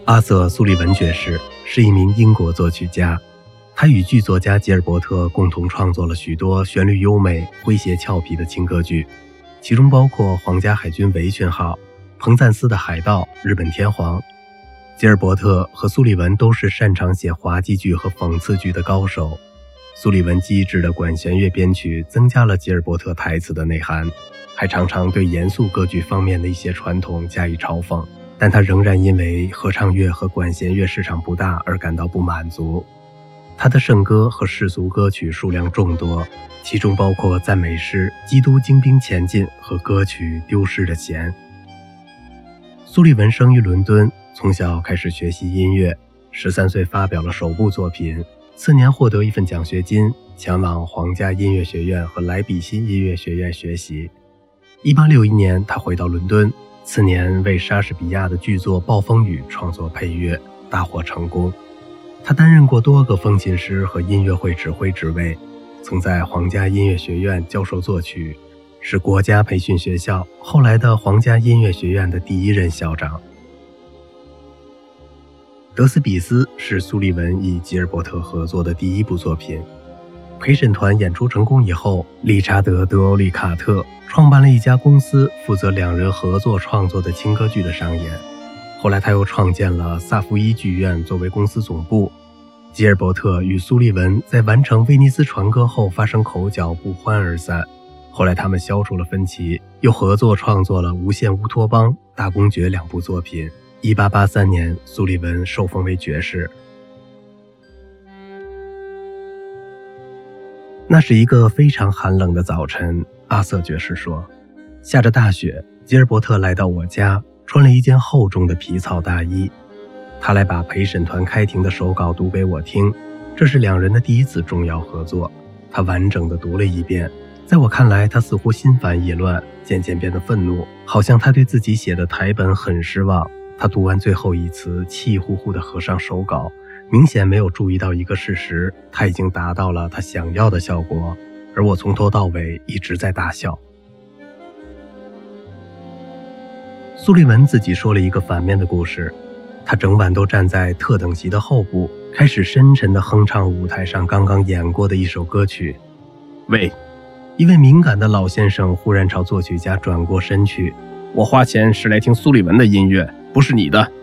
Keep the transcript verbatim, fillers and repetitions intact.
阿瑟·苏利文爵士是一名英国作曲家，他与剧作家吉尔伯特共同创作了许多旋律优美、诙谐俏皮的轻歌剧，其中包括《皇家海军维逊号》、彭赞斯的《海盗》、《日本天皇》。吉尔伯特和苏利文都是擅长写滑稽剧和讽刺剧的高手。苏利文机智的管弦乐编曲增加了吉尔伯特台词的内涵，还常常对严肃歌剧方面的一些传统加以嘲讽，但他仍然因为合唱乐和管弦乐市场不大而感到不满足。他的圣歌和世俗歌曲数量众多，其中包括赞美诗《基督精兵前进》和歌曲《丢失的弦》。苏利文生于伦敦，从小开始学习音乐，十三岁发表了首部作品，次年获得一份奖学金，前往皇家音乐学院和莱比锡音乐学院学习。一八六一年，他回到伦敦，次年为莎士比亚的剧作《暴风雨》创作配乐，大获成功。他担任过多个风琴师和音乐会指挥职位，曾在皇家音乐学院教授作曲，是国家培训学校后来的皇家音乐学院的第一任校长。德斯比斯是苏利文与吉尔伯特合作的第一部作品。陪审团演出成功以后，理查德·德欧利卡特创办了一家公司，负责两人合作创作的轻歌剧的上演。后来他又创建了萨福伊剧院作为公司总部。吉尔伯特与苏利文在完成威尼斯船歌后发生口角，不欢而散。后来他们消除了分歧，又合作创作了《无限乌托邦》、《大公爵》两部作品。一八八三年，苏利文受封为爵士。那是一个非常寒冷的早晨，阿瑟爵士说，下着大雪，吉尔伯特来到我家，穿了一件厚重的皮草大衣。他来把陪审团开庭的手稿读给我听，这是两人的第一次重要合作。他完整的读了一遍，在我看来，他似乎心烦意乱，渐渐变得愤怒，好像他对自己写的台本很失望。他读完最后一词，气呼呼地合上手稿，明显没有注意到一个事实，他已经达到了他想要的效果，而我从头到尾一直在大笑。苏利文自己说了一个反面的故事，他整晚都站在特等席的后部，开始深沉地哼唱舞台上刚刚演过的一首歌曲。喂，一位敏感的老先生忽然朝作曲家转过身去，我花钱是来听苏利文的音乐，不是你的。